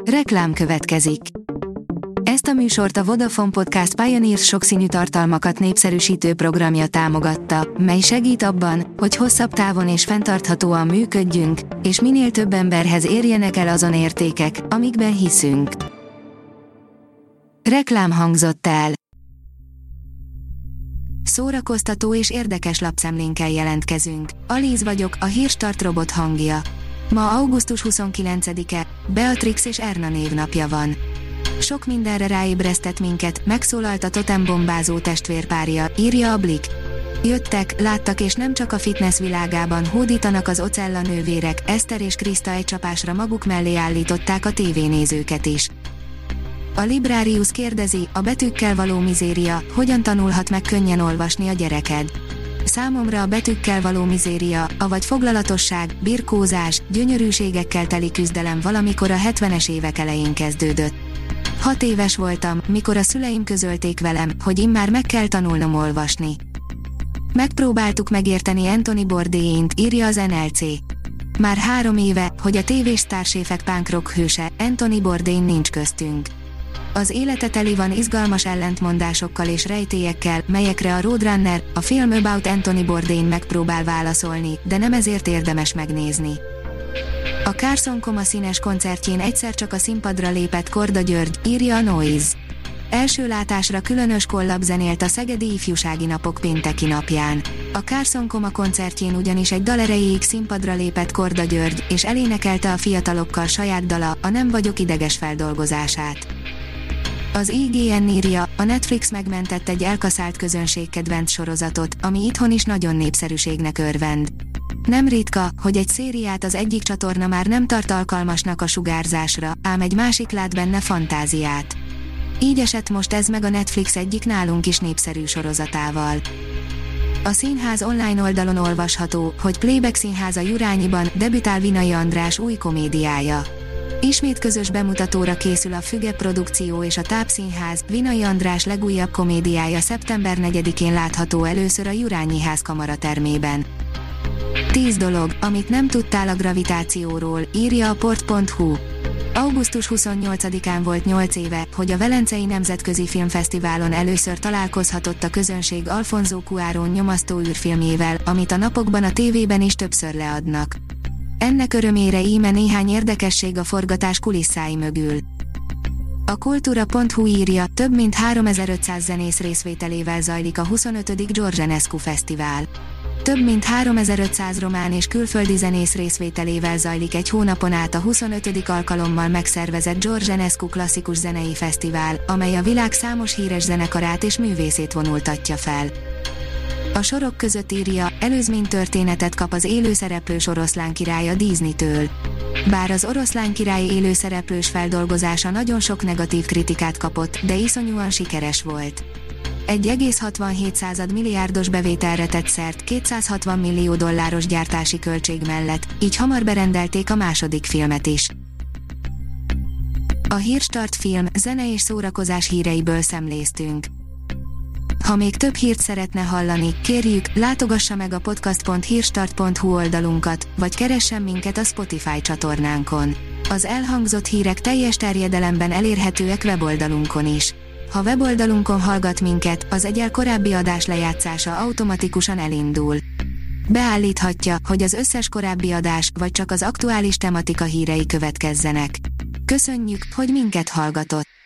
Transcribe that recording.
Reklám következik. Ezt a műsort a Vodafone Podcast Pioneers sokszínű tartalmakat népszerűsítő programja támogatta, mely segít abban, hogy hosszabb távon és fenntarthatóan működjünk, és minél több emberhez érjenek el azon értékek, amikben hiszünk. Reklám hangzott el. Szórakoztató és érdekes lapszemlénkkel jelentkezünk. Alíz vagyok, a Hírstart robot hangja. Ma augusztus 29-e, Beatrix és Erna névnapja van. Sok mindenre ráébresztett minket, megszólalt a totembombázó testvérpárja, írja a Blick. Jöttek, láttak és nem csak a fitness világában hódítanak az Ocella nővérek, Eszter és Kriszta egy csapásra maguk mellé állították a tévénézőket is. A Librarius kérdezi, a betűkkel való mizéria, hogyan tanulhat meg könnyen olvasni a gyereked? Számomra a betűkkel való mizéria, avagy foglalatosság, birkózás, gyönyörűségekkel teli küzdelem valamikor a 70-es évek elején kezdődött. 6 éves voltam, mikor a szüleim közölték velem, hogy immár meg kell tanulnom olvasni. Megpróbáltuk megérteni Anthony Bourdain-t, írja az NLC. Már 3 éve, hogy a tévés sztárséfek punk rock hőse, Anthony Bourdain nincs köztünk. Az élete teli van izgalmas ellentmondásokkal és rejtélyekkel, melyekre a Roadrunner, a film about Anthony Bourdain megpróbál válaszolni, de nem ezért érdemes megnézni. A Carson Coma színes koncertjén egyszer csak a színpadra lépett Korda György, írja a Noise. Első látásra különös kollab zenélt a Szegedi Ifjúsági Napok pénteki napján. A Carson Coma koncertjén ugyanis egy dal erejéig színpadra lépett Korda György, és elénekelte a fiatalokkal saját dala, a Nem vagyok ideges feldolgozását. Az IGN írja, a Netflix megmentett egy elkaszált közönségkedvenc sorozatot, ami itthon is nagyon népszerűségnek örvend. Nem ritka, hogy egy szériát az egyik csatorna már nem tart alkalmasnak a sugárzásra, ám egy másik lát benne fantáziát. Így esett most ez meg a Netflix egyik nálunk is népszerű sorozatával. A színház online oldalon olvasható, hogy Playback Színháza Jurányiban debütál Vinai András új komédiája. Ismét közös bemutatóra készül a Füge Produkció és a Tápszínház, Vinai András legújabb komédiája szeptember 4-én látható először a Jurányi Ház kamaratermében. 10 dolog, amit nem tudtál a gravitációról, írja a port.hu. Augusztus 28-án volt 8 éve, hogy a Velencei Nemzetközi Filmfesztiválon először találkozhatott a közönség Alfonso Cuarón nyomasztó űrfilmjével, amit a napokban a tévében is többször leadnak. Ennek örömére íme néhány érdekesség a forgatás kulisszái mögül. A kultúra.hu írja, több mint 3500 zenész részvételével zajlik a 25. Georgenescu Fesztivál. Több mint 3500 román és külföldi zenész részvételével zajlik egy hónapon át a 25. alkalommal megszervezett Georgenescu klasszikus zenei fesztivál, amely a világ számos híres zenekarát és művészét vonultatja fel. A sorok között írja, előzménytörténetet kap az élőszereplős Oroszlán király a Disney-től. Bár az Oroszlán király élőszereplős feldolgozása nagyon sok negatív kritikát kapott, de iszonyúan sikeres volt. 1,67 milliárdos bevételre tett szert 260 millió dolláros gyártási költség mellett, így hamar berendelték a második filmet is. A Hírstart film, zene és szórakozás híreiből szemléztünk. Ha még több hírt szeretne hallani, kérjük, látogassa meg a podcast.hírstart.hu oldalunkat, vagy keressen minket a Spotify csatornánkon. Az elhangzott hírek teljes terjedelemben elérhetőek weboldalunkon is. Ha weboldalunkon hallgat minket, az egyel korábbi adás lejátszása automatikusan elindul. Beállíthatja, hogy az összes korábbi adás, vagy csak az aktuális tematika hírei következzenek. Köszönjük, hogy minket hallgatott!